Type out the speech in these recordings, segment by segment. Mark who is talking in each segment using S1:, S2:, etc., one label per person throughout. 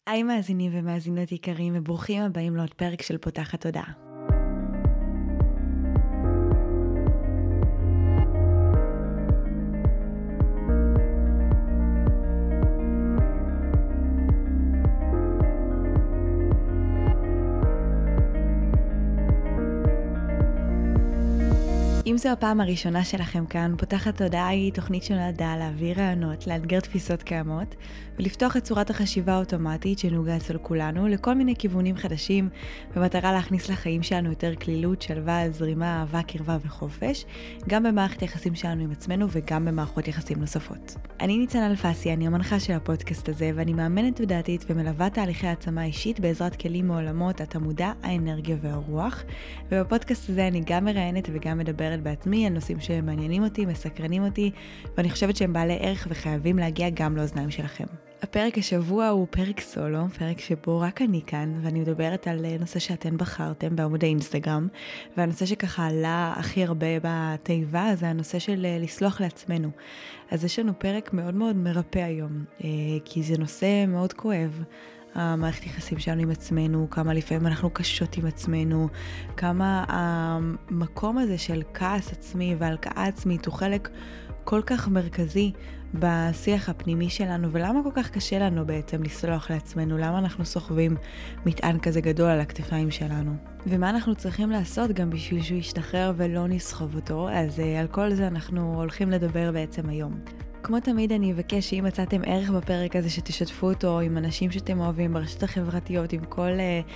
S1: היי מאזינים ומאזינות יקרים וברוכים הבאים לעוד פרק של פותחת תודעה. אם זו הפעם הראשונה שלכם כאן, פותחת תודעה היא תוכנית שנועדה להעביר רעיונות, לאתגר תפיסות קיימות ולפתוח את צורת החשיבה האוטומטית שנהוגה אצל כולנו לכל מיני כיוונים חדשים במטרה להכניס לחיים שלנו יותר כלילות, שלווה, זרימה, אהבה, קרבה וחופש, גם במערכת יחסים שלנו עם עצמנו וגם במערכות יחסים נוספות. אני ניצן אלפסי, אני המנחה של הפודקאסט הזה ואני מאמנת תודעתית ומלווה תהליכי העצמה אישית בעזרת כלים מעולמות התמודע, האנרגיה והרוח. ובפודקאסט הזה אני גם מראיינת וגם מדברת בעצמי על נושאים שמעניינים אותי, מסקרנים אותי, ואני חושבת שהם בעלי ערך וחייבים להגיע גם לאוזניים שלכם. הפרק השבוע הוא פרק סולו, פרק שבו רק אני כאן, ואני מדברת על נושא שאתן בחרתם בעמוד האינסטגרם, והנושא שככה עלה הכי הרבה בתיבה, זה הנושא של לסלוח לעצמנו. אז יש לנו פרק מאוד מאוד מרפא היום, כי זה נושא מאוד כואב. המערכת יחסים שלנו עם עצמנו, כמה לפעמים אנחנו קשות עם עצמנו, כמה המקום הזה של כעס עצמי והלקאה עצמית הוא חלק כל כך מרכזי בשיח הפנימי שלנו, ולמה כל כך קשה לנו בעצם לסלוח לעצמנו, למה אנחנו סוחבים מטען כזה גדול על הכתפיים שלנו, ומה אנחנו צריכים לעשות גם בשביל שהוא ישתחרר ולא נסחוב אותו. אז על כל זה אנחנו הולכים לדבר בעצם היום. כמו תמיד אני אבקש שאם מצאתם ערך בפרק הזה שתשתפו אותו עם אנשים שאתם אוהבים ברשתות החברתיות, עם כל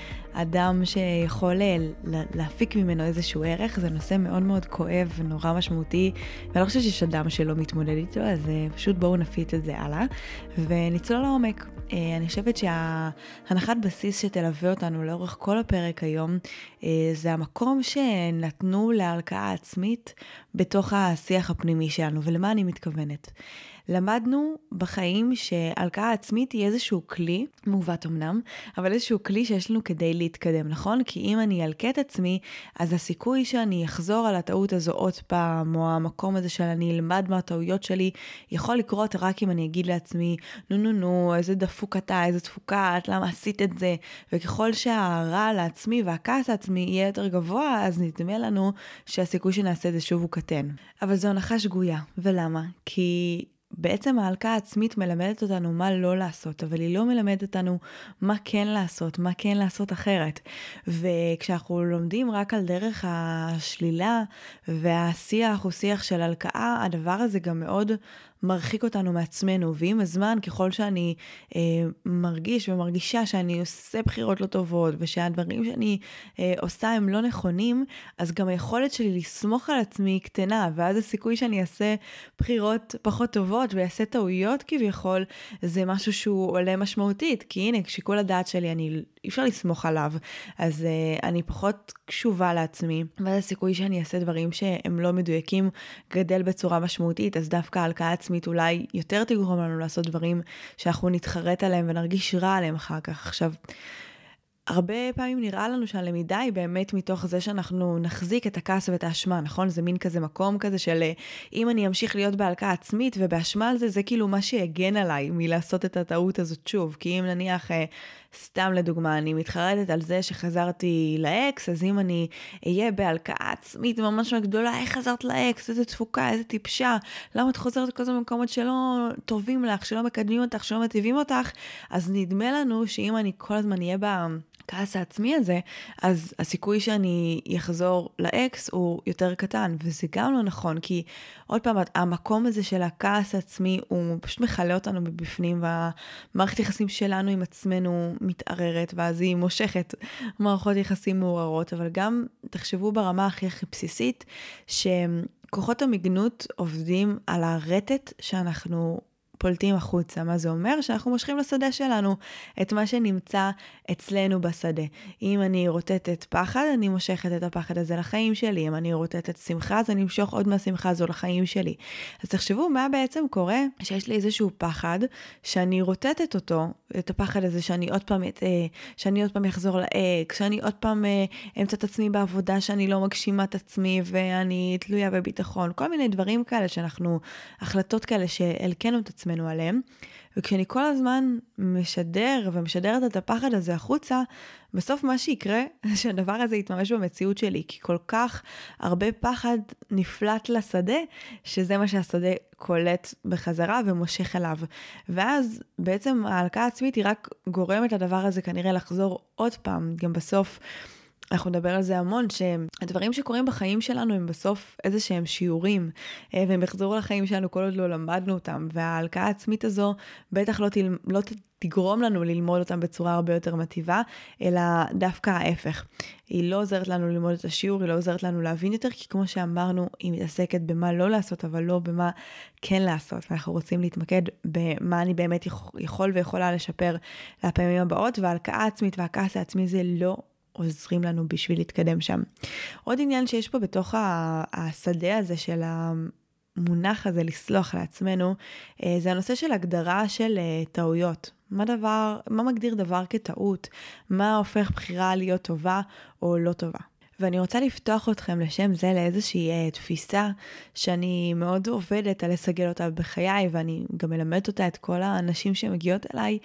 S1: אדם שיכול להפיק ממנו איזשהו ערך. זה נושא מאוד מאוד כואב ונורא משמעותי, ואני לא חושבת שיש אדם שלא מתמודד איתו, אז פשוט בואו נפיץ את זה הלאה ונצלול לעומק. אני חושבת שההנחת בסיס שתלווה אותנו לאורך כל הפרק היום, זה המקום שנתנו להלקאה עצמית בתוך השיח הפנימי שלנו. ולמה אני מתכוונת? למדנו בחיים שהלקאה עצמית היא איזשהו כלי, מעוות אמנם, אבל איזשהו כלי שיש לנו כדי להתקדם, נכון? כי אם אני אלקה את עצמי, אז הסיכוי שאני אחזור על הטעות הזו עוד פעם, או המקום הזה של אני אלמד מהטעויות שלי, יכול לקרות רק אם אני אגיד לעצמי, נו, איזה דפוק אתה, איזה דפוקה את, למה עשית את זה? וככל שהרע לעצמי והכעס העצמי יהיה יותר גבוה, אז נדמה לנו שהסיכוי שנעשה את זה שוב הוא קטן. אבל זו הנחה שגויה. ולמה? כי בעצם ההלקאה העצמית מלמדת אותנו מה לא לעשות, אבל היא לא מלמדת אותנו מה כן לעשות, מה כן לעשות אחרת. וכשאנחנו לומדים רק על דרך השלילה והשיח הוא שיח של הלקאה, הדבר הזה גם מאוד מרחיק אותנו מעצמנו. ועם הזמן, ככל שאני מרגיש ומרגישה שאני עושה בחירות לא טובות, ושהדברים שאני עושה הם לא נכונים, אז גם היכולת שלי לסמוך על עצמי קטנה, ואז הסיכוי שאני אעשה בחירות פחות טובות, ויעשה טעויות כביכול, זה משהו שהוא עולה משמעותית. כי הנה, שיקול הדעת שלי, אי אפשר לסמוך עליו, אז אני פחות קשובה לעצמי, ואז הסיכוי שאני אעשה דברים שהם לא מדויקים גדל בצורה משמעותית. אז דווקא ההלקאה עצמית אולי יותר תגרום לנו לעשות דברים שאנחנו נתחרט עליהם ונרגיש רע עליהם אחר כך. עכשיו, הרבה פעמים נראה לנו שהלמידה היא באמת מתוך זה שאנחנו נחזיק את הכעס ואת האשמה, נכון? זה מין כזה מקום כזה של אם אני אמשיך להיות בהלקאה עצמית ובאשמה על זה, זה כאילו מה שיגן עליי מלעשות את הטעות הזאת שוב. כי אם נניח, סתם לדוגמה, אני מתחרטת על זה שחזרתי לאקס, אז אם אני אהיה בהלקאה עצמית ממש גדולה, איך חזרת לאקס? איזה תפוקה, איזה טיפשה, למה את חוזרת כל זה במקומות שלא טובים לך, שלא מקדמים אותך, שלא מטיבים אותך? אז נדמה לנו שאם אני כל הזמן אהיה בכעס העצמי הזה, אז הסיכוי שאני יחזור לאקס הוא יותר קטן, וזה גם לא נכון, כי עוד פעם, המקום הזה של הכעס העצמי הוא פשוט מחלה אותנו מבפנים, והמערכת יחסים שלנו עם עצמנו מתערערת, ואז היא מושכת מערכות יחסים מעוררות. אבל גם תחשבו ברמה הכי בסיסית, שכוחות המגנות עובדים על הרטט שאנחנו פולטים החוצה. מה זה אומר? שאנחנו מושכים לשדה שלנו את מה שנמצא אצלנו בשדה. אם אני רוטטת פחד, אני מושכת את הפחד הזה לחיים שלי. אם אני רוטטת שמחה, אז אני אמשוך עוד מהשמחה הזו לחיים שלי. אז תחשבו מה בעצם קורה שיש לי איזשהו פחד, שאני רוטטת אותו, את הפחד הזה שאני עוד פעם יחזור לאקס, שאני עוד פעם אמצא את עצמי בעבודה שאני לא מגשימה את עצמי, ואני תלויה בביטחון. כל מיני דברים כאלה שאנחנו, החלטות כאלה שהלקנו את עצמנו, עצמנו עליהם, וכשאני כל הזמן משדרת את הפחד הזה החוצה, בסוף מה שיקרה זה שהדבר הזה יתממש במציאות שלי, כי כל כך הרבה פחד נפלט לשדה, שזה מה שהשדה קולט בחזרה ומושך אליו. ואז בעצם ההלקאה העצמית היא רק גורמת לדבר הזה כנראה לחזור עוד פעם, גם בסוף, אנחנו נדבר על זה המון, שהדברים שקורים בחיים שלנו הם בסוף איזה שהם שיעורים, והם יחזרו לחיים שלנו כל עוד לא למדנו אותם, וההלקאה העצמית הזו בטח לא תגרום לנו ללמוד אותם בצורה הרבה יותר מטיבה, אלא דווקא ההפך. היא לא עוזרת לנו ללמוד את השיעור, היא לא עוזרת לנו להבין יותר, כי כמו שאמרנו, היא מתעסקת במה לא לעשות, אבל לא במה כן לעשות, ואנחנו רוצים להתמקד במה אני באמת יכול ויכולה לשפר לפעמים הבאות, וההלקאה העצמית והכעס העצמי זה לא עוזרים לנו בשביל להתקדם שם. עוד עניין שיש פה בתוך השדה הזה של המונח הזה לסלוח לעצמנו, זה הנושא של הגדרה של טעויות. מה מגדיר דבר כטעות? מה הופך בחירה להיות טובה או לא טובה? ואני רוצה לפתוח אתכם לשם זה לאיזושהי תפיסה שאני מאוד עובדת על לסגל אותה בחיי, ואני גם מלמדת אותה את כל האנשים שמגיעות אליי,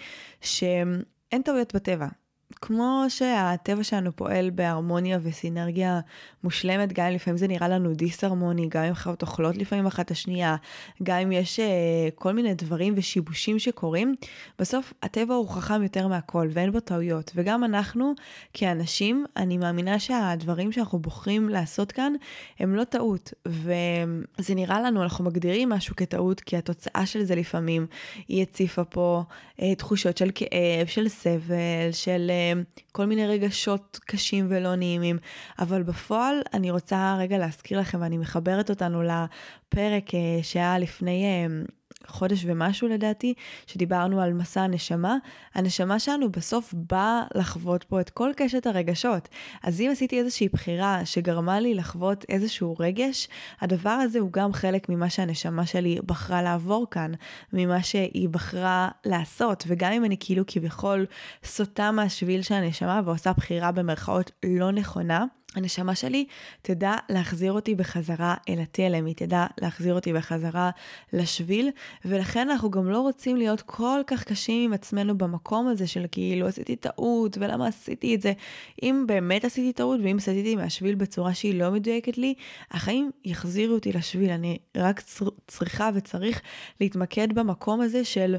S1: שאין טעויות בטבע. כמו שהטבע שלנו פועל בהרמוניה וסינרגיה מושלמת, גם אם לפעמים זה נראה לנו דיסהרמוני, גם אם חיות אוכלות לפעמים אחת השנייה, גם אם יש כל מיני דברים ושיבושים שקורים, בסוף הטבע הוא חכם יותר מהכל ואין בו טעויות. וגם אנחנו כאנשים, אני מאמינה שהדברים שאנחנו בוחרים לעשות כאן הם לא טעות, וזה נראה לנו, אנחנו מגדירים משהו כטעות, כי התוצאה של זה לפעמים היא הציפה פה תחושות של כאב, של סבל, של כל מיני רגשות קשים ולא נעימים, אבל בפועל אני רוצה רגע להזכיר לכם, ואני מחברת אותנו לפרק שהיה לפני חודש ומשהו לדעתי, שדיברנו על מסע הנשמה. הנשמה שלנו בסוף באה לחוות פה את כל קשת הרגשות. אז אם עשיתי איזושהי בחירה שגרמה לי לחוות איזשהו רגש, הדבר הזה הוא גם חלק ממה שהנשמה שלי בחרה לעבור כאן, ממה שהיא בחרה לעשות, וגם אם אני כאילו כביכול סוטה מהשביל של הנשמה ועושה בחירה במרכאות לא נכונה, הנשמה שלי תדע להחזיר אותי בחזרה אל התלם, היא תדע להחזיר אותי בחזרה לשביל, ולכן אנחנו גם לא רוצים להיות כל כך קשים עם עצמנו במקום הזה של כאילו עשיתי טעות ולמה עשיתי את זה. אם באמת עשיתי טעות ואם עשיתי מהשביל בצורה שהיא לא מדויקת לי, החיים יחזירו אותי לשביל. אני רק צריכה וצריך להתמקד במקום הזה של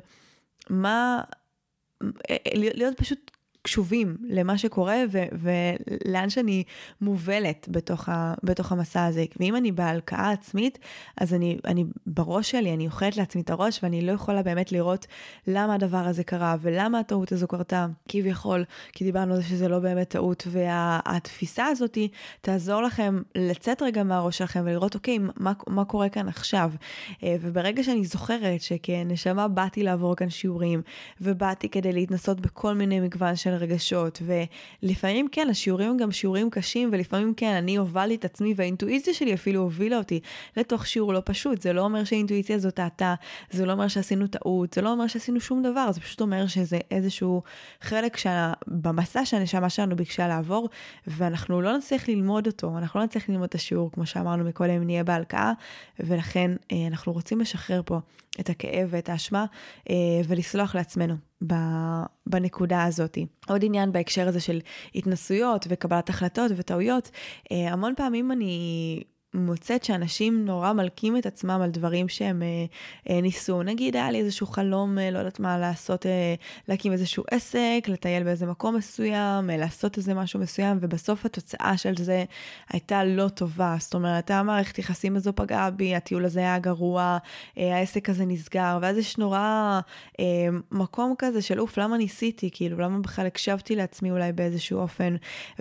S1: להיות פשוט קשובים למה שקורה ולאן שאני מובלת בתוך המסע הזה. ואם אני בהלקאה עצמית, אז אני בראש שלי, אני אוכלת לעצמי את הראש, ואני לא יכולה באמת לראות למה הדבר הזה קרה, ולמה הטעות הזו קרתה, כביכול, כי דיברנו על זה שזה לא באמת טעות, והתפיסה הזאת תעזור לכם לצאת רגע מהראש שלכם, ולראות, אוקיי, מה קורה כאן עכשיו? וברגע שאני זוכרת שכנשמה באתי לעבור כאן שיעורים, ובאתי כדי להתנסות בכל מיני מגוון של רגשות, ולפעמים כן, השיעורים הם גם שיעורים קשים, ולפעמים כן, אני הובלתי את עצמי, והאינטואיציה שלי אפילו הובילה אותי לתוך שיעור לא פשוט. זה לא אומר שהאינטואיציה הזאת טעתה, זה לא אומר שעשינו טעות, זה לא אומר שעשינו שום דבר, זה פשוט אומר שזה איזשהו חלק במסע שהנשמה שלנו ביקשה לעבור, ואנחנו לא נצליח ללמוד אותו, אנחנו לא נצליח ללמוד את השיעור, כמו שאמרנו מקודם, נהיה בהלקאה, ולכן אנחנו רוצים לשחרר פה את הכאב ואת האשמה, ולסלוח לעצמנו בנקודה הזאת. עוד עניין בהקשר הזה של התנסויות וקבלת החלטות וטעויות, המון פעמים אני מוצאת שאנשים נורא מלקים את עצמם על דברים שהם ניסו. נגיד, היה לי איזשהו חלום, לא יודעת מה לעשות, להקים איזשהו עסק, לטייל באיזה מקום מסוים, לעשות איזה משהו מסוים, ובסוף התוצאה של זה הייתה לא טובה. זאת אומרת, המערכת יחסים הזו פגעה בי, הטיול הזה היה גרוע, העסק הזה נסגר, ואז יש נורא מקום כזה של אוף, למה ניסיתי? כאילו, למה בכלל הקשבתי לעצמי אולי באיזשהו אופן?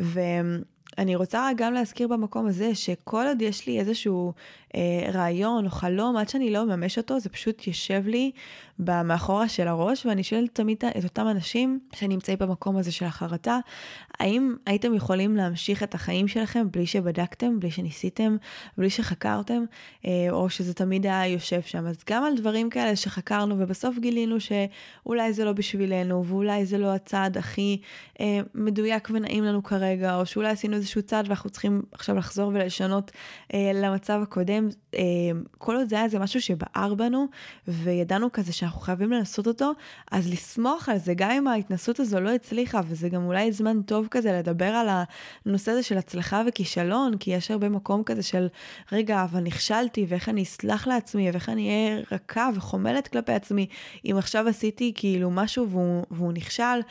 S1: אני רוצה גם להזכיר במקום הזה שכל עוד יש לי איזשהו רעיון או חלום, עד שאני לא ממש אותו, זה פשוט יושב לי מאחורה של הראש, ואני שואלת תמיד את אותם אנשים שנמצאים במקום הזה של החרטה, האם הייתם יכולים להמשיך את החיים שלכם בלי שבדקתם, בלי שניסיתם, בלי שחקרתם, או שזה תמיד היה יושב שם. אז גם על דברים כאלה שחקרנו, ובסוף גילינו שאולי זה לא בשבילנו, ואולי זה לא הצעד הכי מדויק ונעים לנו כרגע, או שאולי עשינו איזשהו צעד ואנחנו צריכים עכשיו לחזור ולשנות למצב הקודם. כל עוד זה היה משהו שבער בנו, וידענו כזה שאנחנו שאנחנו חייבים לנסות אותו, אז לשמוח על זה, גם אם ההתנסות הזו לא הצליחה, וזה גם אולי זמן טוב כזה לדבר על הנושא הזה של הצלחה וכישלון, כי יש הרבה מקום כזה של, רגע, אבל נכשלתי, ואיך אני אסלח לעצמי, ואיך אני אהיה רכה וחומלת כלפי עצמי, אם עכשיו עשיתי כאילו משהו והוא נכשל.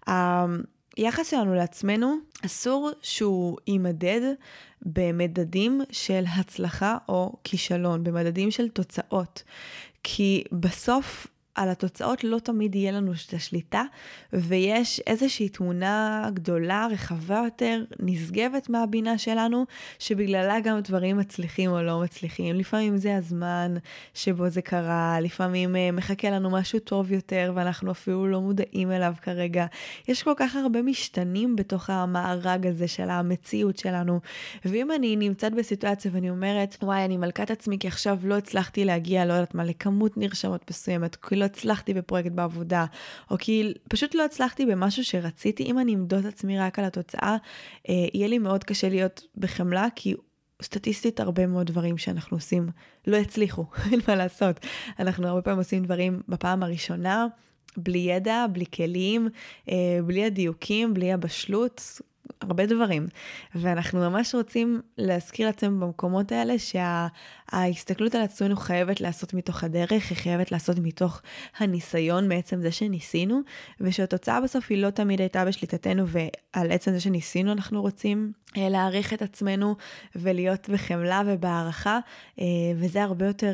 S1: היחס שלנו לעצמנו, אסור שהוא יימדד במדדים של הצלחה או כישלון, במדדים של תוצאות. כי בסוף על התוצאות לא תמיד יהיה לנו את השליטה, ויש איזושהי תמונה גדולה, רחבה יותר, נשגבת מהבינה שלנו, שבגללה גם דברים מצליחים או לא מצליחים. לפעמים זה הזמן שבו זה קרה, לפעמים מחכה לנו משהו טוב יותר, ואנחנו אפילו לא מודעים אליו כרגע. יש כל כך הרבה משתנים בתוך המארג הזה של המציאות שלנו, ואם אני נמצאת בסיטואציה ואני אומרת, וואי, אני מלכת עצמי, כי עכשיו לא הצלחתי להגיע, לא יודעת מה, לכמות נרשמות מסוימת, כי לא הצלחתי בפרויקט בעבודה, או כי פשוט לא הצלחתי במשהו שרציתי, אם אני אמדוד עצמי רק על התוצאה, יהיה לי מאוד קשה להיות בחמלה, כי סטטיסטית הרבה מאוד דברים שאנחנו עושים לא הצליחו, אין מה לעשות. אנחנו הרבה פעמים עושים דברים בפעם הראשונה, בלי ידע, בלי כלים, בלי הדיוקים, בלי הבשלות, הרבה דברים. ואנחנו ממש רוצים להזכיר לעצמם במקומות האלה שההסתכלות על עצמנו חייבת לעשות מתוך הדרך, היא חייבת לעשות מתוך הניסיון מעצם זה שניסינו, ושהתוצאה בסוף היא לא תמיד הייתה בשליטתנו, ועל עצם זה שניסינו אנחנו רוצים להעריך את עצמנו ולהיות בחמלה ובהערכה, וזה הרבה יותר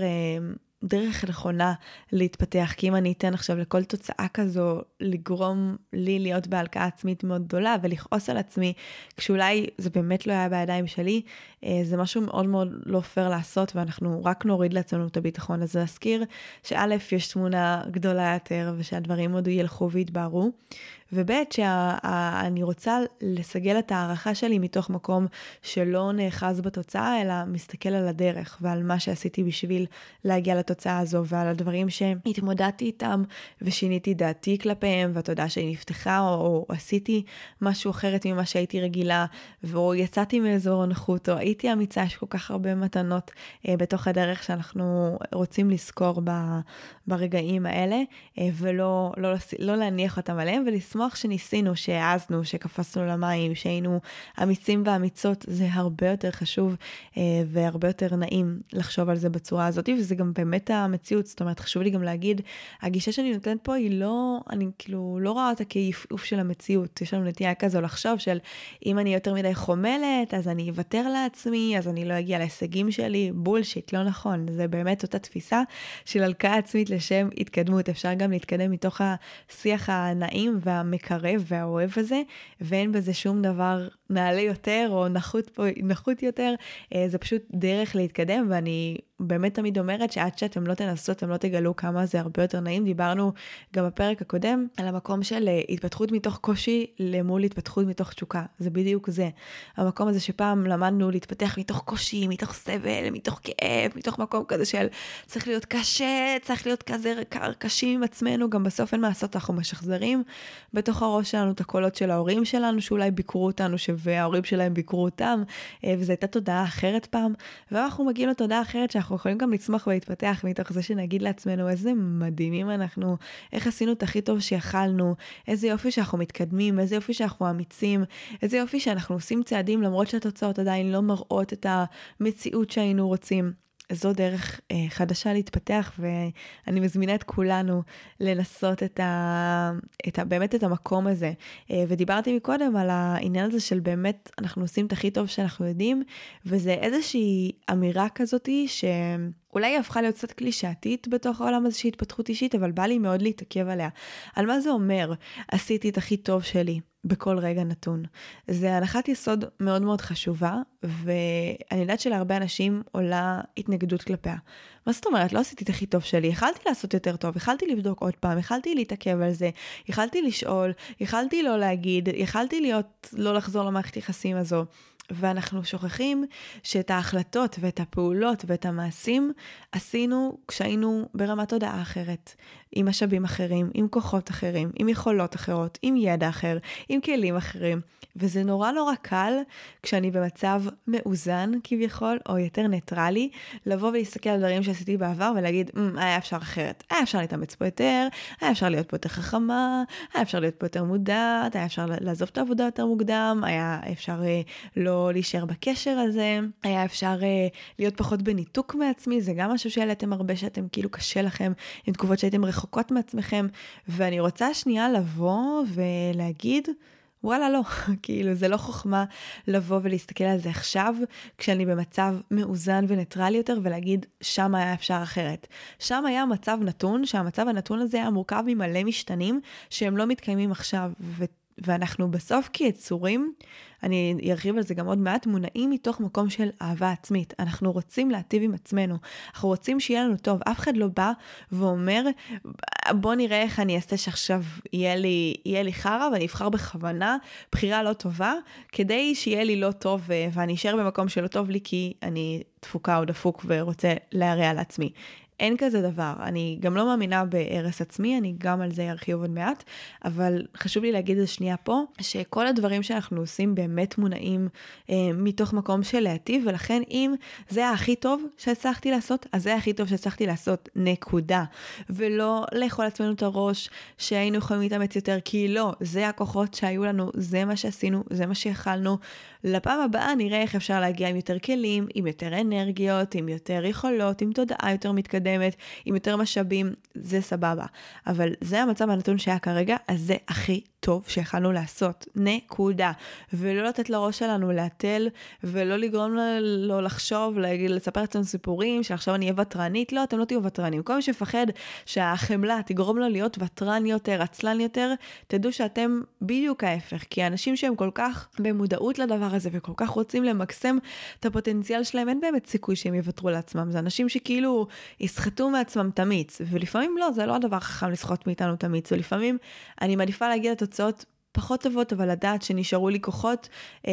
S1: דרך נכונה להתפתח, כי אם אני אתן עכשיו לכל תוצאה כזו לגרום לי להיות בהלקאה עצמית מאוד גדולה ולכעוס על עצמי, כשאולי זה באמת לא היה בידיים שלי, זה משהו מאוד מאוד לא פייר לעשות, ואנחנו רק נוריד לעצמנו את הביטחון. אז להזכיר שא' יש תמונה גדולה יותר, ושהדברים עוד ילכו ויתבהרו, וב' שאני רוצה לסגל את הערכה שלי מתוך מקום שלא נאחז בתוצאה, אלא מסתכל על הדרך ועל מה שעשיתי בשביל להגיע לתוצאה הזו, ועל הדברים שהתמודדתי איתם ושיניתי דעתי כלפיהם, והתודעה שלי נפתחה, או עשיתי משהו אחרת ממה שהייתי רגילה, או יצאתי מאזור הנוחות, או הייתי אמיצה. יש כל כך הרבה מתנות בתוך הדרך שאנחנו רוצים לזכור ברגעים האלה, ולא להניח אותם עליהם, ולשמוח שניסינו, שהעזנו, שקפצנו למים, שהיינו אמיצים ואמיצות. זה הרבה יותר חשוב והרבה יותר נעים לחשוב על זה בצורה הזאת, וזה גם באמת המציאות. זאת אומרת, חשוב לי גם להגיד, הגישה שאני נותנת פה היא לא, אני כאילו לא רואה אותה כיפוף של המציאות. יש לנו נטייה כזו לחשוב של אם אני יותר מדי חומלת, אז אני אוותר לעצמי, אז אני לא אגיע להישגים שלי. בולשיט, לא נכון. זה באמת אותה תפיסה של הלקאה עצמית לשם התקדמות. אפשר גם להתקדם מתוך השיח הנעים והמקרב והאוהב הזה, ואין בזה שום דבר נעלה יותר או נחות יותר. זה פשוט דרך להתקדם, ואני באמת תמיד אומרת שעד שאתם לא תנסו, אתם לא תגלו כמה זה הרבה יותר נעים. דיברנו גם בפרק הקודם על המקום של התפתחות מתוך קושי למול התפתחות מתוך תשוקה. זה בדיוק זה. המקום הזה שפעם למדנו להתפתח מתוך קושי, מתוך סבל, מתוך כאב, מתוך מקום כזה של צריך להיות קשה, צריך להיות כזה קשים עם עצמנו, גם בסוף אין מה לעשות, אנחנו משחזרים בתוך הראש שלנו את הקולות של ההורים שלנו, שאולי ביקרו אותנו, וההורים שלהם ביקרו אותם, וזו הייתה תודעה אחרת פעם, ואנחנו מגיעים לתודעה אחרת שאנחנו יכולים גם לצמוח ולהתפתח מתוך זה שנגיד לעצמנו איזה מדהימים אנחנו, איך עשינו את הכי טוב שיכלנו, איזה יופי שאנחנו מתקדמים, איזה יופי שאנחנו אמיצים, איזה יופי שאנחנו עושים צעדים למרות שהתוצאות עדיין לא מראות את המציאות שהיינו רוצים. זו דרך חדשה להתפתח, ואני מזמינה את כולנו לנסות באמת את המקום הזה. ודיברתי מקודם על העניין הזה של באמת אנחנו עושים את הכי טוב שאנחנו יודעים, וזה איזושהי אמירה כזאת שאולי היא הפכה להיות קצת קלישאתית בתוך העולם הזה של התפתחות אישית, אבל בא לי מאוד להתעכב עליה. על מה זה אומר? עשיתי את הכי טוב שלי בכל רגע נתון. זה הנחת יסוד מאוד מאוד חשובה, ואני יודעת שלהרבה אנשים עולה התנגדות כלפיה. מה זאת אומרת? לא עשיתי את הכי טוב שלי, יכלתי לעשות יותר טוב, יכלתי לבדוק עוד פעם, יכלתי להתעכב על זה, יכלתי לשאול, יכלתי לא להגיד, יכלתי לא לחזור למערכת יחסים הזו. ואנחנו שוכחים שאת ההחלטות ואת הפעולות ואת המעשים עשינו כשהיינו ברמת תודעה אחרת. עם משאבים אחרים, עם כוחות אחרים, עם יכולות אחרות, עם ידע אחר, עם כלים אחרים. וזה נורא נורא קל כשאני במצב מאוזן כביכול, או יותר ניטרלי, לבוא ולהסתכל על דברים שעשיתי בעבר ולהגיד, היה אפשר אחרת. היה אפשר להתאמץ פה יותר, היה אפשר להיות פה יותר חכמה, היה אפשר להיות פה יותר מודעת, היה אפשר לעזוב את העבודה יותר מוקדם, היה אפשר לא להישאר בקשר הזה, היה אפשר להיות פחות בניתוק מעצמי, זה גם משהו שהעליתם הרבה שאתם כאילו קשה לכם, עם תגובות שהייתם רחוקות מעצמכם, ואני רוצה שנייה לבוא ולהגיד, וואלה לא, כאילו זה לא חוכמה לבוא ולהסתכל על זה עכשיו, כשאני במצב מאוזן וניטרלי יותר, ולהגיד שם היה אפשר אחרת. שם היה מצב נתון, שהמצב הנתון הזה היה מורכב ממלא משתנים, שהם לא מתקיימים עכשיו, ואנחנו בסוף כיצורים, אני ארחיב על זה גם עוד מעט, מונעים מתוך מקום של אהבה עצמית. אנחנו רוצים להטיב עם עצמנו. אנחנו רוצים שיהיה לנו טוב. אף אחד לא בא ואומר, בוא נראה איך אני אעשה שעכשיו יהיה לי חרא, ואני אבחר בכוונה בחירה לא טובה, כדי שיהיה לי לא טוב, ואני אשאר במקום שלא טוב לי, כי אני דפוקה או דפוק ורוצה להרע על עצמי. אין כזה דבר, אני גם לא מאמינה בהרס עצמי, אני גם על זה ארחיב עוד מעט, אבל חשוב לי להגיד את השנייה פה, שכל הדברים שאנחנו עושים באמת מונעים מתוך מקום של להטיב, ולכן אם זה הכי טוב שהצלחתי לעשות, אז זה הכי טוב שהצלחתי לעשות, נקודה. ולא לאכול עצמנו את הראש שהיינו יכולים להתאמץ יותר, כי לא, זה הכוחות שהיו לנו, זה מה שעשינו, זה מה שיכלנו. לפעם הבאה נראה איך אפשר להגיע עם יותר כלים, עם יותר אנרגיות, עם יותר יכולות, עם תודעה יותר מתקדמת, עם יותר משאבים, זה סבבה. אבל זה המצב הנתון שהיה כרגע, אז זה הכי טוב שיכלנו לעשות, נקודה. ולא לתת לראש שלנו להתל, ולא לגרום לו לחשוב, לספר אצלנו סיפורים, שעכשיו אני אהיה וטרנית. לא, אתם לא תהיו וטרנים. כל מי שפחד שהחמלה תגרום לו להיות וטרן יותר, עצלן יותר, תדעו שאתם בדיוק ההפך. כי האנשים שהם כל כך במודעות לדבר הזה, וכל כך רוצים למקסם את הפוטנציאל שלהם, אין באמת סיכוי שהם יוותרו לעצמם. זה אנשים שכאילו יסחטו מעצמם תמיץ. ולפעמים לא, זה לא הדבר חכם לסחוט מאיתנו תמיץ. ולפעמים אני מעדיפה להגיד לתוצאות פחות טובות, אבל לדעת שנשארו לי כוחות,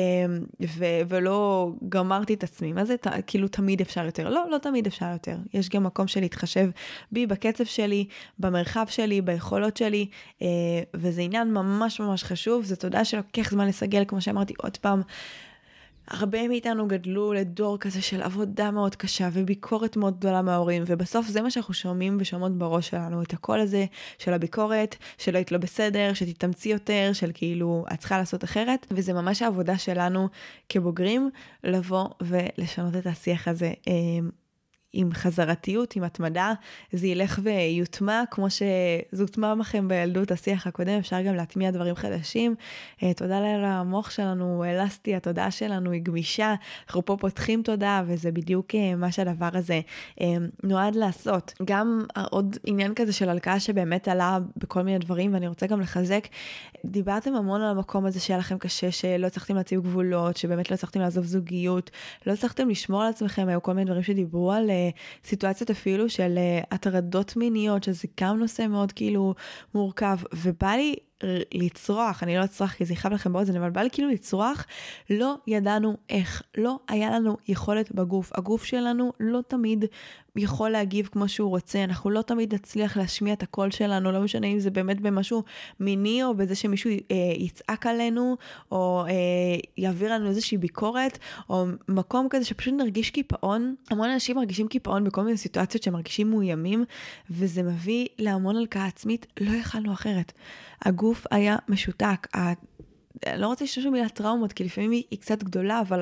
S1: ולא גמרתי את עצמי. מה זה? כאילו תמיד אפשר יותר. לא, לא תמיד אפשר יותר. יש גם מקום של להתחשב בי, בקצב שלי, במרחב שלי, ביכולות שלי, וזה עניין ממש ממש חשוב. זה תודה שלוקח זמן לסגל, כמו שאמרתי עוד פעם, הרבה מאיתנו גדלו לדור כזה של עבודה מאוד קשה וביקורת מאוד גדולה מההורים, ובסוף זה מה שאנחנו שומעים ושומעות בראש שלנו, את הקול הזה של הביקורת, של היית לא בסדר, שתתאמצי יותר, של כאילו את צריכה לעשות אחרת, וזה ממש העבודה שלנו כבוגרים לבוא ולשנות את השיח הזה עם חזרתיות, עם התמדה, זה ילך ויוטמע, כמו שזה הוטמע בכם בילדות השיח הקודם, אפשר גם להטמיע דברים חדשים. תודה למוח שלנו, אלסטי, התודעה שלנו היא גמישה, אנחנו פה פותחים תודעה, וזה בדיוק מה שהדבר הזה נועד לעשות. גם עוד עניין כזה של הלקאה שבאמת עלה בכל מיני דברים, ואני רוצה גם לחזק, דיברתם המון על המקום הזה שהיה לכם קשה, שלא צריכתם להציב גבולות, שבאמת לא צריכתם לעזוב זוגיות, לא צריכתם לשמור על עצמכם, היו כל מיני דברים שדיברו על סיטואציות אפילו של הטרדות מיניות, שזה גם נושא מאוד כאילו מורכב, ובא לי לצרוח, אני לא אצרח כי זה יחב לכם באוזן, אבל בא לי כאילו לצרוח, לא ידענו איך, לא היה לנו יכולת בגוף, הגוף שלנו לא תמיד יכול להגיב כמו שהוא רוצה, אנחנו לא תמיד נצליח להשמיע את הקול שלנו, לא משנה אם זה באמת במשהו מיני, או בזה שמישהו יצעק עלינו, או יעביר לנו איזושהי ביקורת, או מקום כזה שפשוט נרגיש קיפאון. המון אנשים מרגישים קיפאון בכל מיני סיטואציות שמרגישים מאוימים, וזה מביא להמון הלקאה עצמית, לא יכלנו אחרת. הגוף היה משותק, אני לא רוצה לשאול מילה טראומות, כי לפעמים היא קצת גדולה, אבל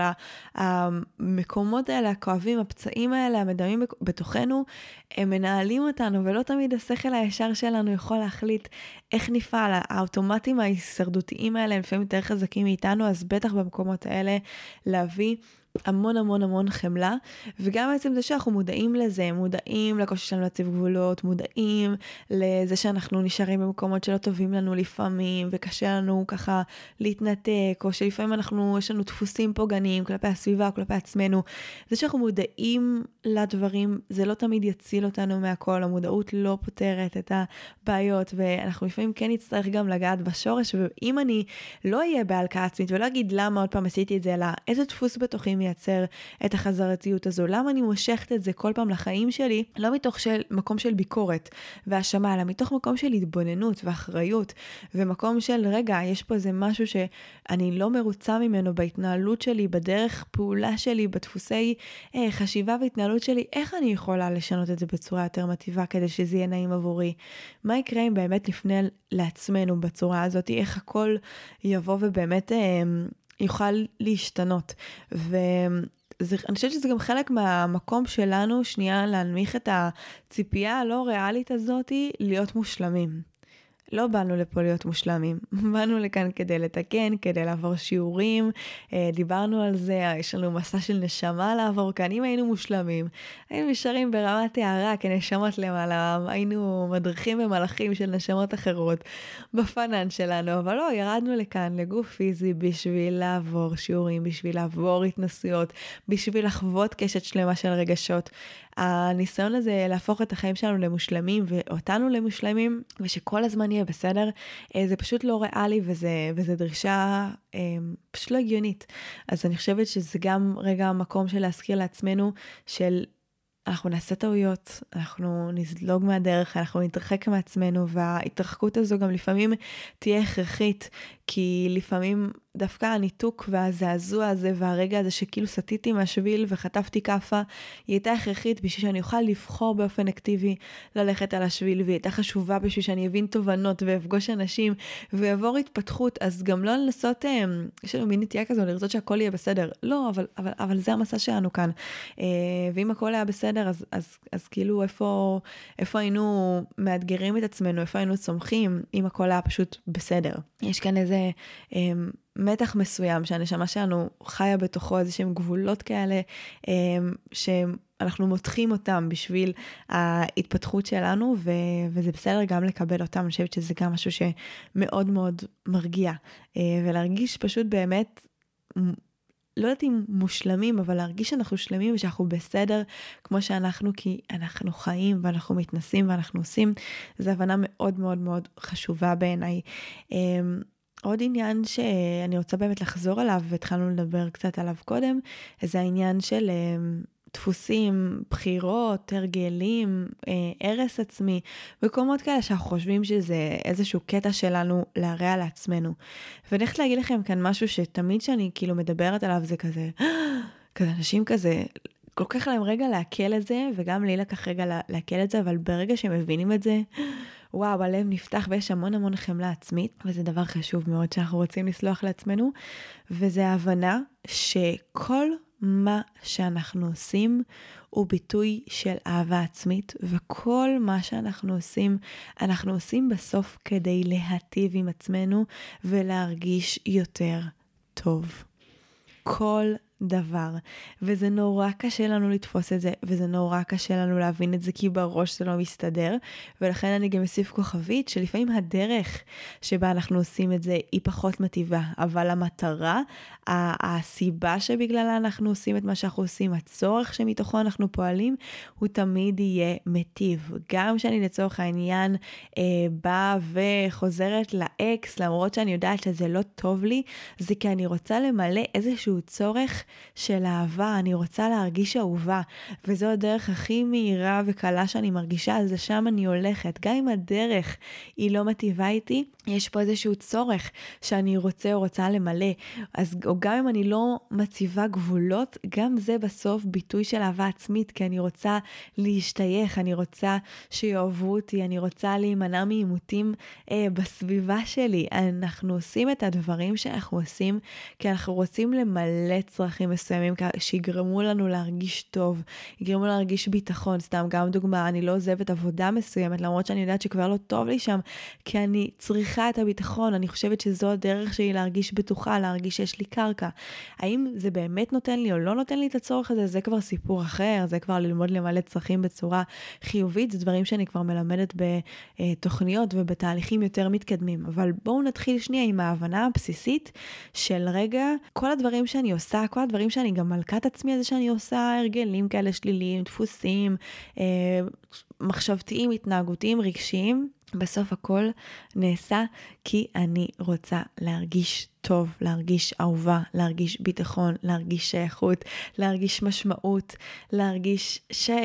S1: המקומות האלה, הכואבים, הפצעים האלה, המדמים בתוכנו, הם מנהלים אותנו, ולא תמיד השכל הישר שלנו יכול להחליט איך נפעל. האוטומטים ההישרדותיים האלה, הם לפעמים יותר חזקים מאיתנו, אז בטח במקומות האלה להביא המון המון המון חמלה, וגם בעצם זה שאנחנו מודעים לזה, מודעים לקושי שלנו להציב גבולות, מודעים לזה שאנחנו נשארים במקומות שלא טובים לנו לפעמים, וקשה לנו ככה להתנתק, או שלפעמים יש לנו דפוסים פוגעניים כלפי הסביבה, כלפי עצמנו. זה שאנחנו מודעים לדברים, זה לא תמיד יציל אותנו מהכל, המודעות לא פותרת את הבעיות, ואנחנו לפעמים כן נצטרך גם לגעת בשורש, ואם אני לא אהיה בהלקאה עצמית, ולא אגיד למה עוד פעם עשיתי את זה, אלא איזה דפוס בתוכי מייצר את החזרתיות הזו? למה אני מושכת את זה כל פעם לחיים שלי? לא מתוך מקום של ביקורת והאשמה, אלא מתוך מקום של התבוננות ואחריות, ומקום של רגע, יש פה איזה משהו שאני לא מרוצה ממנו בהתנהלות שלי, בדרך פעולה שלי, בדפוסי חשיבה והתנהלות שלי, איך אני יכולה לשנות את זה בצורה יותר מטיבה כדי שזה יהיה נעים עבורי? מה יקרה אם באמת נפנה לעצמנו בצורה הזאת? איך הכל יבוא ובאמת יוכל להשתנות? אני חושבת שזה גם חלק מהמקום שלנו, שנייה להנמיך את הציפייה הלא ריאלית הזאת, להיות מושלמים. לא באנו לפה להיות מושלמים, באנו לכאן כדי לתקן, כדי לעבור שיעורים, דיברנו על זה, יש לנו מסע של נשמה לעבור כאן. אם היינו מושלמים, היינו נשארים ברמת הערה כנשמות למעלה, היינו מדריכים ומלאכים של נשמות אחרות בפנן שלנו, אבל לא, ירדנו לכאן לגוף פיזי בשביל לעבור שיעורים, בשביל לעבור התנסויות, בשביל לחוות קשת שלמה של רגשות. הניסיון הזה להפוך את החיים שלנו למושלמים ואותנו למושלמים, ושכל הזמן יהיה בסדר, זה פשוט לא ריאלי, וזה דרישה פשוט לא הגיונית. אז אני חושבת שזה גם רגע המקום של להזכיר לעצמנו של אנחנו נעשה טעויות, אנחנו נזלוג מהדרך, אנחנו נתרחק מעצמנו, וההתרחקות הזו גם לפעמים תהיה הכרחית, כי לפעמים דווקא הניתוק והזעזוע הזה והרגע הזה שכאילו סטיתי מהשביל וחטפתי קפה, היא הייתה הכרחית בשביל שאני אוכל לבחור באופן אקטיבי ללכת על השביל, והיא הייתה חשובה בשביל שאני אבין תובנות ואפגוש אנשים ויעבור התפתחות. אז גם לא לנסות, יש לנו מין נטייה כזו לרצות שהכל יהיה בסדר. לא, אבל זה המסע שלנו כאן. ואם הכל היה בסדר, אז כאילו איפה היינו מאתגרים את עצמנו, איפה היינו צומחים, אם הכל היה פשוט בסדר. יש כאן איזה מתח מסוים שהנשמה שלנו חיה בתוכו, איזה שהם גבולות כאלה, שאנחנו מותחים אותם בשביל ההתפתחות שלנו, וזה בסדר גם לקבל אותם. אני חושבת שזה גם משהו שמאוד מאוד מרגיע, ולהרגיש פשוט באמת, לא יודעת אם מושלמים, אבל להרגיש שאנחנו שלמים ושאנחנו בסדר כמו שאנחנו, כי אנחנו חיים ואנחנו מתנסים ואנחנו עושים. זו הבנה מאוד מאוד מאוד חשובה בעיניי. עוד עניין שאני רוצה באמת לחזור עליו, והתחלנו לדבר קצת עליו קודם, זה העניין של דפוסים, בחירות, הרגלים, ערס עצמי, מקומות כאלה שאנחנו חושבים שזה איזשהו קטע שלנו להרע לעצמנו. ואני הולכת להגיד לכם כאן משהו שתמיד שאני כאילו מדברת עליו, זה כזה אנשים כזה, כל כך להם רגע להקל את זה, וגם לי לקח רגע להקל את זה, אבל ברגע שהם מבינים את זה, וואו, הלב נפתח ויש המון המון חמלה עצמית, וזה דבר חשוב מאוד שאנחנו רוצים לסלוח לעצמנו, וזה ההבנה שכל מה שאנחנו עושים הוא ביטוי של אהבה עצמית, וכל מה שאנחנו עושים, אנחנו עושים בסוף כדי להטיב עם עצמנו ולהרגיש יותר טוב. כל דבר. וזה נורא קשה לנו לתפוס את זה, וזה נורא קשה לנו להבין את זה, כי בראש זה לא מסתדר, ולכן אני גם אוסיף כוכבית, שלפעמים הדרך שבה אנחנו עושים את זה, היא פחות מטיבה, אבל המטרה, הסיבה שבגללה אנחנו עושים את מה שאנחנו עושים, הצורך שמתוכו אנחנו פועלים, הוא תמיד יהיה מטיב. גם שאני לצורך העניין באה וחוזרת לאקס, למרות שאני יודעת שזה לא טוב לי, זה כי אני רוצה למלא איזשהו צורך של אהבה, אני רוצה להרגיש אהובה, וזו הדרך הכי מהירה וקלה שאני מרגישה, אז לשם אני הולכת. גם אם הדרך היא לא מטיבה איתי, יש פה איזשהו צורך שאני רוצה למלא, או גם אם אני לא מציבה גבולות, גם זה בסוף ביטוי של אהבה עצמית, כי אני רוצה להשתייך, אני רוצה שיאהבו אותי, אני רוצה להימנע מעימותים בסביבה שלי. אנחנו עושים את הדברים שאנחנו עושים, כי אנחנו רוצים למלא צרכים מסוימים, שיגרמו לנו להרגיש טוב, יגרמו לנו להרגיש ביטחון. סתם גם דוגמה, אני לא עוזבת עבודה מסוימת, למרות שאני יודעת שכבר לא טוב לי שם, כי אני צריכה את הביטחון, אני חושבת שזו הדרך שלי להרגיש בטוחה, להרגיש שיש לי קרקע. האם זה באמת נותן לי או לא נותן לי את הצורך הזה? זה כבר סיפור אחר, זה כבר ללמוד למלא צרכים בצורה חיובית, זה דברים שאני כבר מלמדת בתוכניות ובתהליכים יותר מתקדמים. אבל בואו נתחיל שנייה עם ההבנה הבסיסית של רגע, כל הדברים שאני עושה, כל הדברים שאני גם מלכת עצמי הזה שאני עושה, הרגלים כאלה שליליים, דפוסים, מחשבתיים, התנהגותיים, רגשיים, בסוף הכל נעשה כי אני רוצה להרגיש טוב, להרגיש אהובה, להרגיש ביטחון, להרגיש שייכות, להרגיש משמעות, להרגיש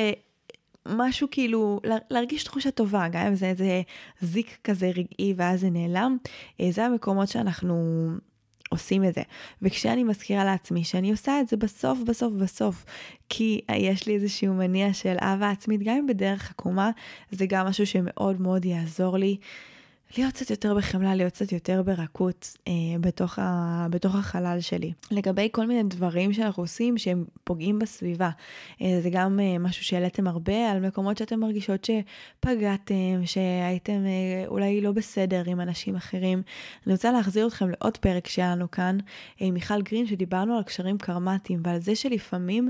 S1: משהו כאילו, להרגיש תחושה טובה, גם אם זה איזה זיק כזה רגעי ואז זה נעלם, זה המקומות שאנחנו עושים את זה. וכשאני מזכירה לעצמי שאני עושה את זה בסוף, כי יש לי איזשהו מניע של אהבה עצמית, גם אם בדרך עקומה, זה גם משהו שמאוד מאוד יעזור לי להיות קצת יותר בחמלה, להיות קצת יותר ברכות בתוך החלל שלי. לגבי כל מיני דברים שאנחנו עושים שהם פוגעים בסביבה. זה גם משהו שהעליתם הרבה על מקומות שאתם מרגישות שפגעתם, שהייתם אולי לא בסדר עם אנשים אחרים. אני רוצה להחזיר אתכם לעוד פרק שלנו כאן, מיכל גרין, שדיברנו על קשרים קרמטיים, ועל זה שלפעמים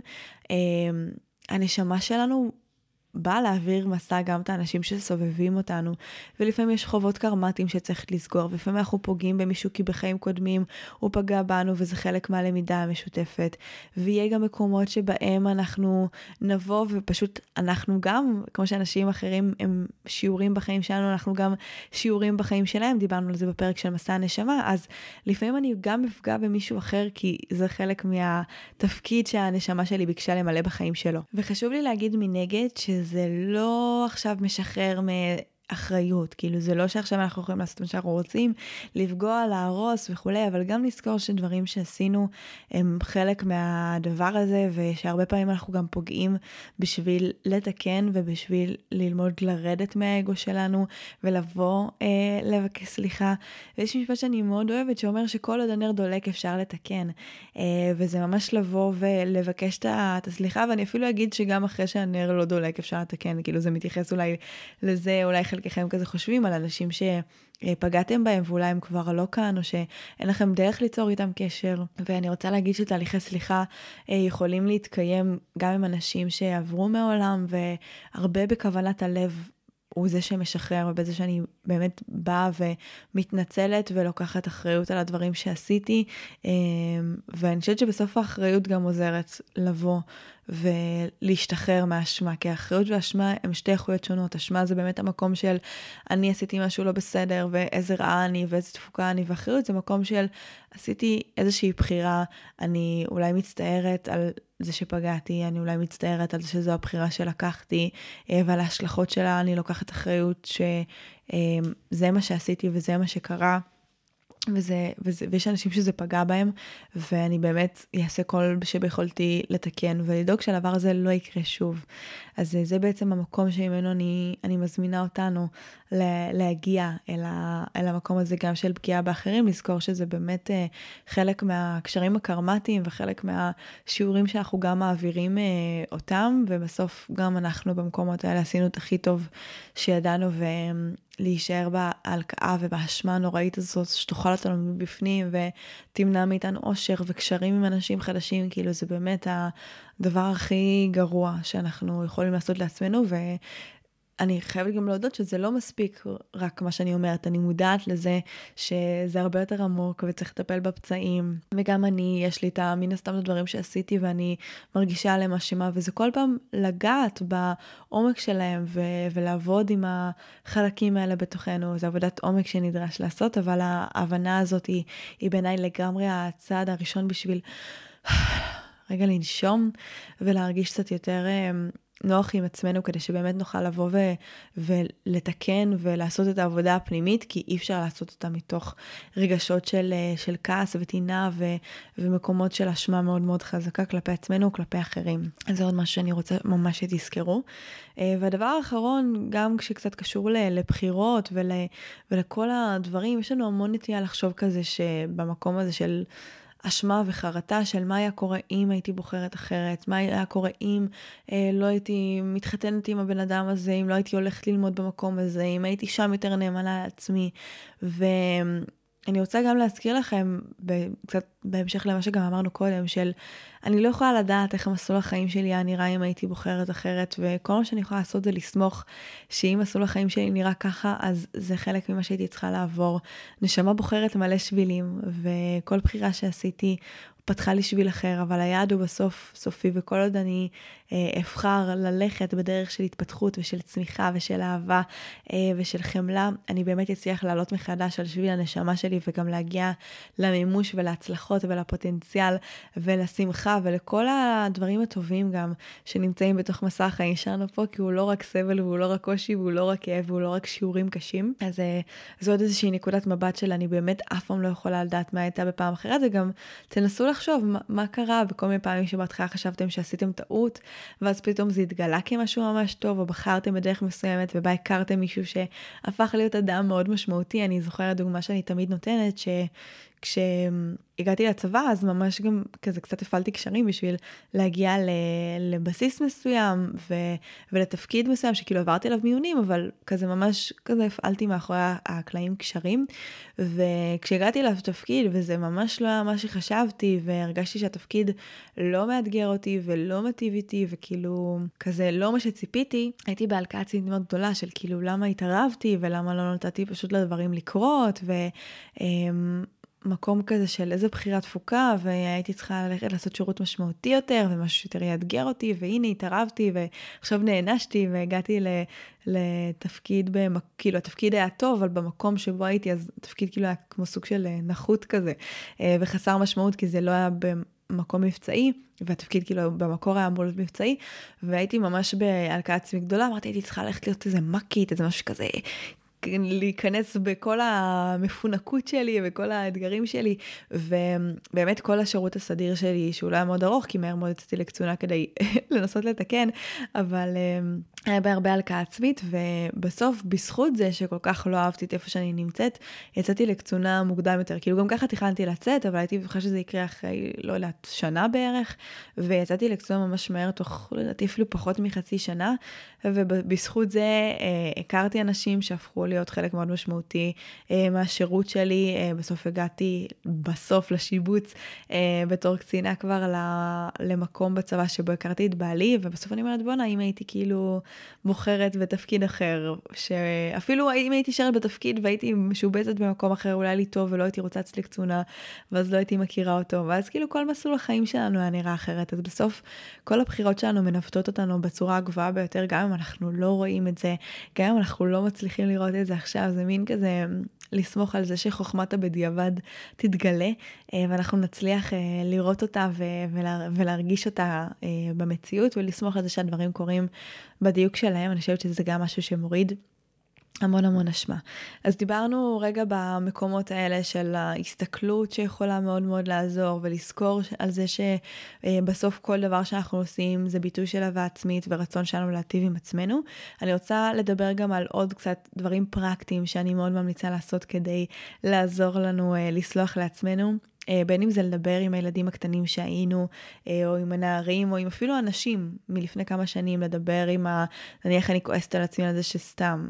S1: הנשמה שלנו בא להעביר מסע גם את האנשים שסובבים אותנו, ולפעמים יש חובות קרמטיים שצריך לסגור, ולפעמים אנחנו פוגעים במישהו כי בחיים קודמים הוא פגע בנו, וזה חלק מהלמידה המשותפת, ויהיה גם מקומות שבהם אנחנו נבוא, ופשוט אנחנו גם, כמו שאנשים אחרים הם שיעורים בחיים שלנו, אנחנו גם שיעורים בחיים שלהם, דיברנו על זה בפרק של מסע הנשמה, אז לפעמים אני גם אפגע במישהו אחר, כי זה חלק מהתפקיד שהנשמה שלי ביקשה למלא בחיים שלו. וחשוב לי להגיד מנגד זה לא עכשיו משחרר מאחריות, כאילו זה לא שעכשיו אנחנו יכולים לעשות מה שאנחנו רוצים, לפגוע, להרוס וכולי, אבל גם לזכור שדברים שעשינו הם חלק מהדבר הזה, ושהרבה פעמים אנחנו גם פוגעים בשביל לתקן ובשביל ללמוד לרדת מהאגו שלנו, ולבוא לבקש סליחה. ויש משפט שאני מאוד אוהבת שאומר שכל עוד הנר דולק אפשר לתקן, וזה ממש לבוא ולבקש את הסליחה, ואני אפילו אגיד שגם אחרי שהנר לא דולק אפשר לתקן, כאילו זה מתייחס אולי לזה, אולי חלקכם כזה חושבים על אנשים שפגעתם בהם ואולי הם כבר לא כאן, או שאין לכם דרך ליצור איתם קשר. ואני רוצה להגיד שתהליכי סליחה יכולים להתקיים גם עם אנשים שעברו מעולם, והרבה בכוונת הלב הוא זה שמשחרר, ובזה שאני באמת באה ומתנצלת ולוקחת אחריות על הדברים שעשיתי, ואני חושבת שבסוף האחריות גם עוזרת לבוא ולהשתחרר מהאשמה, כי האחריות והאשמה הם שתי איכויות שונות. אשמה זה באמת המקום של אני עשיתי משהו לא בסדר, ואיזה רעה אני ואיזה תפוקה אני, ואחריות זה מקום של עשיתי איזושהי בחירה, אני אולי מצטערת על זה שפגעתי, אני אולי מצטערת על זה שזו הבחירה שלקחתי, ועל ההשלכות שלה אני לוקחת אחריות שזה מה שעשיתי וזה מה שקרה, ויש אנשים שזה פגע בהם, ואני באמת אעשה כל שביכולתי לתקן, ולדאוג שהדבר הזה לא יקרה שוב. אז זה בעצם המקום שממנו אני מזמינה אותנו להגיע אל המקום הזה גם של פגיעה באחרים, לזכור שזה באמת חלק מהקשרים הקרמטיים, וחלק מהשיעורים שאנחנו גם מעבירים אותם, ובסוף גם אנחנו במקומות האלה עשינו את הכי טוב שידענו, להישאר בהלקאה ובהשמה הנוראית הזאת שתאכל אותנו מבפנים ותמנע מאיתנו אושר וקשרים עם אנשים חדשים, כאילו זה באמת הדבר הכי גרוע שאנחנו יכולים לעשות לעצמנו. ואני חייבת גם להודות שזה לא מספיק רק מה שאני אומרת, אני מודעת לזה שזה הרבה יותר עמוק וצריך לטפל בפצעים, וגם יש לי את מן הסתם הדברים שעשיתי ואני מרגישה עליהם אשמה, וזה כל פעם לגעת בעומק שלהם ולעבוד עם החלקים האלה בתוכנו. זה עבודת עומק שנדרש לעשות, אבל ההבנה הזאת היא בעיניי לגמרי הצעד הראשון בשביל רגע לנשום ולהרגיש קצת יותר נוח עם עצמנו, כדי שבאמת נוכל לבוא ולתקן ולעשות את העבודה הפנימית, כי אי אפשר לעשות אותה מתוך רגשות של כעס וטינה ומקומות של אשמה מאוד מאוד חזקה כלפי עצמנו וכלפי אחרים. אז זה עוד משהו שאני רוצה ממש שתזכרו. והדבר האחרון, גם כשקצת קשור לבחירות ולכל הדברים, יש לנו המון נטייה לחשוב כזה שבמקום הזה של אשמה וחרטה של מה היה קורה אם הייתי בוחרת אחרת, מה היה קורה אם לא הייתי מתחתנת עם הבן אדם הזה, אם לא הייתי הולכת ללמוד במקום הזה, אם הייתי שם יותר נאמנה לעצמי. ואני רוצה גם להזכיר לכם, קצת בהמשך למה שגם אמרנו קודם, של אני לא יכולה לדעת איך המסלול החיים שלי היה נראה אם הייתי בוחרת אחרת, וכל מה שאני יכולה לעשות זה לסמוך שאם מסלול החיים שלי נראה ככה, אז זה חלק ממה שהייתי צריכה לעבור. נשמה בוחרת מלא שבילים, וכל בחירה שעשיתי פתחה לי שביל אחר, אבל היעד הוא בסוף סופי, וכל עוד אני אבחר ללכת בדרך של התפתחות ושל צמיחה ושל אהבה ושל חמלה, אני באמת אצליח לעלות מחדש על שביל הנשמה שלי, וגם להגיע למימוש ולהצלחות ולפוטנציאל ולשמחה ולכל הדברים הטובים גם שנמצאים בתוך מסע החיים שלנו פה, כי הוא לא רק סבל והוא לא רק קושי והוא לא רק כאב והוא לא רק שיעורים קשים. אז זו עוד איזושהי נקודת מבט של אני באמת אף פעם לא יכולה לדעת מה הייתה בפעם אחרת, וגם תנסו לחשוב מה קרה בכל מיני פעמים שבהתחלה חשבתם שעשיתם טעות, ואז פתאום זה התגלה כמשהו ממש טוב, או בחרתם בדרך מסוימת ובה הכרתם מישהו שהפך להיות אדם מאוד משמעותי. אני זוכרת דוגמה שאני תמיד נותנת, כשהגעתי לצבא, אז ממש גם כזה קצת הפעלתי קשרים בשביל להגיע לבסיס מסוים ולתפקיד מסוים, שכאילו עברתי עליו מיונים, אבל כזה ממש כזה הפעלתי מאחורי הקלעים קשרים, וכשהגעתי לתפקיד, וזה ממש לא היה מה שחשבתי, והרגשתי שהתפקיד לא מאתגר אותי ולא מטיב איתי, וכאילו כזה לא מה שציפיתי, הייתי בהלקאה עצמית מאוד גדולה של כאילו למה התערבתי, ולמה לא נתתי פשוט לדברים לקרות, מקום כזה של איזה בחירה תפוקה, והייתי צריכה ללכת לעשות שירות משמעותי יותר, ומשהו שיותר יאתגר אותי, והנה התערבתי, ועכשיו נענשתי, והגעתי לתפקיד, כאילו התפקיד היה טוב, אבל במקום שבו הייתי, אז התפקיד כאילו היה כמו סוג של נחות כזה, וחסר משמעות, כי זה לא היה במקום מבצעי, והתפקיד כאילו במקור היה אמור להיות מבצעי, והייתי ממש בהלקאה עצמית גדולה, אמרתי, הייתי צריכה ללכת להיות איזה מקית, איזה משהו כזה, להיכנס בכל המפונקות שלי וכל האתגרים שלי, ובאמת כל השירות הסדיר שלי, שהוא לא היה מאוד ארוך, כי מהר מאוד יצאתי לקצונה כדי לנסות לתקן, אבל היה בהרבה הלקאה עצמית, ובסוף בזכות זה שכל כך לא אהבתי את איפה שאני נמצאת, יצאתי לקצונה מוקדם יותר, כאילו גם ככה תכננתי לצאת, אבל הייתי בטוחה שזה יקרה אחרי, לא יודעת, שנה בערך, ויצאתי לקצונה ממש מהר, תוך לדעתי אפילו פחות מחצי שנה, ובזכות זה הכרתי אנשים שהפכו להיות חלק מאוד משמעותי מהשירות שלי. בסוף הגעתי לשיבוץ בתור קצינה כבר למקום בצבא שבו הכרתי את בעלי, ובסוף אני אומרת בונה, אם הייתי כאילו בוחרת בתפקיד אחר, שאפילו אם הייתי שרת בתפקיד והייתי משובצת במקום אחר, אולי לי טוב ולא הייתי רוצה אצלי קצונה, ואז לא הייתי מכירה אותו, ואז כאילו כל מסלול החיים שלנו היה נראה אחרת. אז בסוף כל הבחירות שלנו מנווטות אותנו בצורה הגבוהה ביותר, גם אם אנחנו לא רואים את זה, גם אם אנחנו לא מצליחים לראות את זה עכשיו, זה מין כזה לסמוך על זה שחוכמת הבדיעבד תתגלה, ואנחנו נצליח לראות אותה ולהרגיש אותה במציאות, ולסמוך על זה שהדברים קורים בדיוק שלהם. אני חושבת שזה גם משהו שמוריד המון המון אשמה. אז דיברנו רגע במקומות האלה של ההסתכלות שיכולה מאוד מאוד לעזור, ולזכור על זה שבסוף כל דבר שאנחנו עושים זה ביטוי של אהבה עצמית ורצון שלנו להטיב עם עצמנו. אני רוצה לדבר גם על עוד קצת דברים פרקטיים שאני מאוד ממליצה לעשות כדי לעזור לנו לסלוח לעצמנו. בין אם זה לדבר עם הילדים הקטנים שהיינו, או עם הנערים, או עם אפילו אנשים מלפני כמה שנים, לדבר עם נניח אני כועסת על עצמי על זה שסתם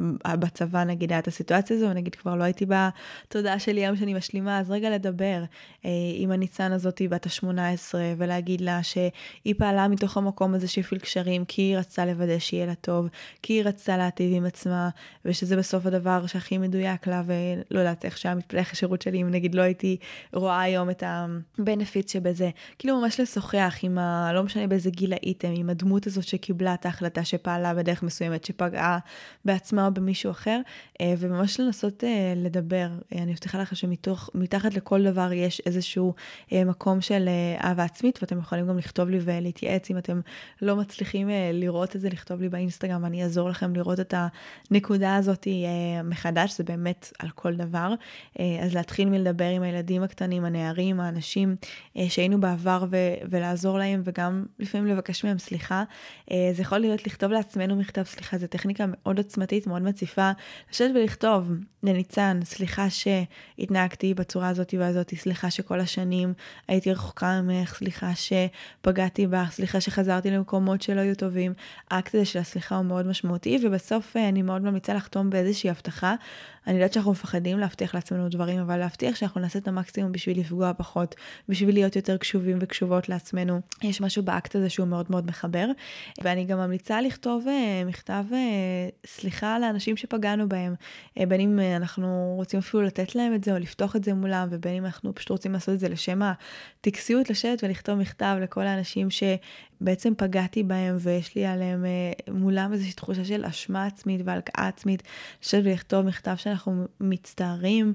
S1: בצבא נגיד היה את הסיטואציה הזו, ונגיד כבר לא הייתי בתודעה שלי היום שאני משלימה, אז רגע לדבר עם הניצן הזאת בת ה-18, ולהגיד לה שהיא פעלה מתוך המקום הזה שהפעיל קשרים, כי היא רצתה לוודא שיהיה לה טוב, כי היא רצתה להטיב עם עצמה, ושזה בסוף הדבר שהכי מדויק לה, ולא יודעת איך שהיה מתפלח השירות שלי, אם נגיד לא הייתי רואה היום את הבנפיט שבזה, כאילו ממש לשוחח עם לא משנה באיזה גיל הייתם, עם הדמות הזאת שקיבלה את ההחלטה שפעלה בדרך מסוימת, שפגעה בעצמה או במישהו אחר, וממש לנסות לדבר. אני מבטיחה לך שמתחת לכל דבר יש איזשהו מקום של אהבה עצמית, ואתם יכולים גם לכתוב לי ולהתייעץ, אם אתם לא מצליחים לראות את זה, לכתוב לי באינסטגרם, אני אעזור לכם לראות את הנקודה הזאת מחדש, זה באמת על כל דבר. אז להתחיל מלדבר עם הילדים הקטנים, הנערים, האנשים שהיינו בעבר, ולעזור להם, וגם לפעמים לבקש מהם סליחה. זה יכול להיות לכתוב לעצמנו מכתב סליחה, זו טכניקה מאוד עוצמתית, מאוד מאוד מציפה, לשבת ולכתוב לניצן, סליחה שהתנהגתי בצורה הזאת והזאת, סליחה שכל השנים הייתי רחוקה ממך, סליחה שפגעתי בך, סליחה שחזרתי למקומות שלא היו טובים. האקט הזה של הסליחה הוא מאוד משמעותי, ובסוף אני מאוד ממליצה לחתום באיזושהי הבטחה. אני יודעת שאנחנו מפחדים להבטיח לעצמנו דברים, אבל להבטיח שאנחנו נעשה את המקסימום בשביל לפגוע פחות, בשביל להיות יותר קשובים וקשובות לעצמנו. יש משהו באקט הזה שהוא מאוד מאוד מחבר, ואני גם ממליצה לכתוב מכתב סליחה לאנשים שפגענו בהם, בין אם אנחנו רוצים אפילו לתת להם את זה או לפתוח את זה מולם, ובין אם אנחנו פשוט רוצים לעשות את זה לשם הטקסיות, לשבת ולכתוב מכתב לכל האנשים שבעצם פגעתי בהם ויש לי עליהם מולם איזושהי תחושה של אשמה עצמית והלקאה עצמית, לשבת ולכתוב מכתב שאנחנו מצטערים,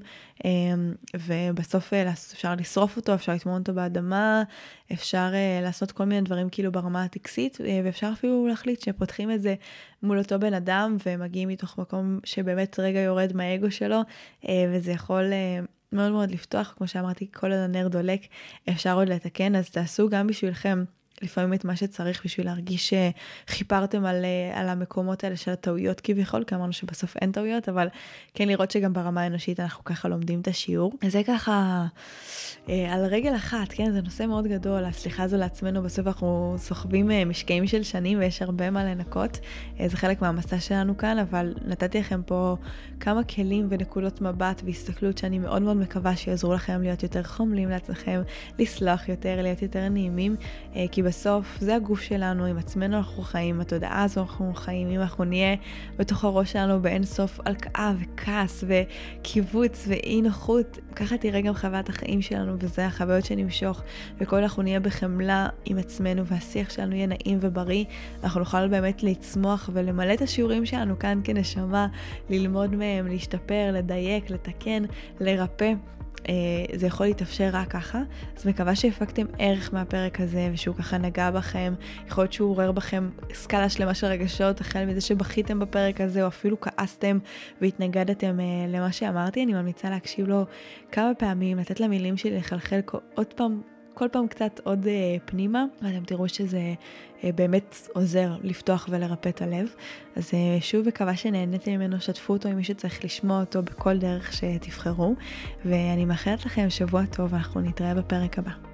S1: ובסוף אפשר לשרוף אותו, אפשר לטמון אותו באדמה, אפשר לעשות כל מיני דברים כאילו ברמה הטקסית, ואפשר אפילו להחליט שפותחים את זה מול אותו בן אדם, ומגיעים מתוך מקום שבאמת רגע יורד מהאגו שלו, וזה יכול מאוד מאוד לפתוח, כמו שאמרתי, כל עוד הנר דולק, אפשר עוד לתקן, אז תעשו גם בשבילכם, לפעמים את מה שצריך בשביל להרגיש שחיפרתם על המקומות האלה של הטעויות כביכול, כי אמרנו שבסוף אין טעויות, אבל כן לראות שגם ברמה האנושית אנחנו ככה לומדים את השיעור. אז זה ככה על רגל אחת, כן, זה נושא מאוד גדול, הסליחה הזו לעצמנו, בסוף אנחנו סוחבים משקעים של שנים ויש הרבה מה לנקות, זה חלק מהמסע שלנו כאן, אבל נתתי לכם פה כמה כלים ונקודות מבט והסתכלות שאני מאוד מאוד מקווה שיעזרו לכם להיות יותר חומלים לעצמכם, לסלוח יותר, להיות יותר נעימים, כי בסוף זה הגוף שלנו, עם עצמנו אנחנו חיים, התודעה הזו אנחנו חיים, אם אנחנו נהיה בתוך הראש שלנו באין סוף הלקאה וכעס וקיבוץ ואי נוחות, ככה תראה גם חוויית החיים שלנו, וזה החוויות שנמשוך, וכל אנחנו נהיה בחמלה עם עצמנו, והשיח שלנו יהיה נעים ובריא, אנחנו נוכל באמת לצמוח ולמלא את השיעורים שלנו כאן כנשמה, ללמוד מהם, להשתפר, לדייק, לתקן, לרפא. זה יכול להתאפשר רק ככה, אז מקווה שהפקתם ערך מהפרק הזה, ושהוא ככה נגע בכם, יכול להיות שהוא עורר בכם סקאלה שלמה של רגשות, החל מזה שבכיתם בפרק הזה, או אפילו כעסתם והתנגדתם למה שאמרתי, אני ממליצה להקשיב לו כמה פעמים, לתת למילים שלי לחלחל כל פעם קצת עוד פנימה, ואתם תראו שזה באמת עוזר לפתוח ולרפא את הלב. אז שוב מקווה שנהניתם ממנו, שתפו אותו עם מי שצריך לשמוע אותו בכל דרך שתבחרו, ואני מאחלת לכם שבוע טוב, ואנחנו נתראה בפרק הבא.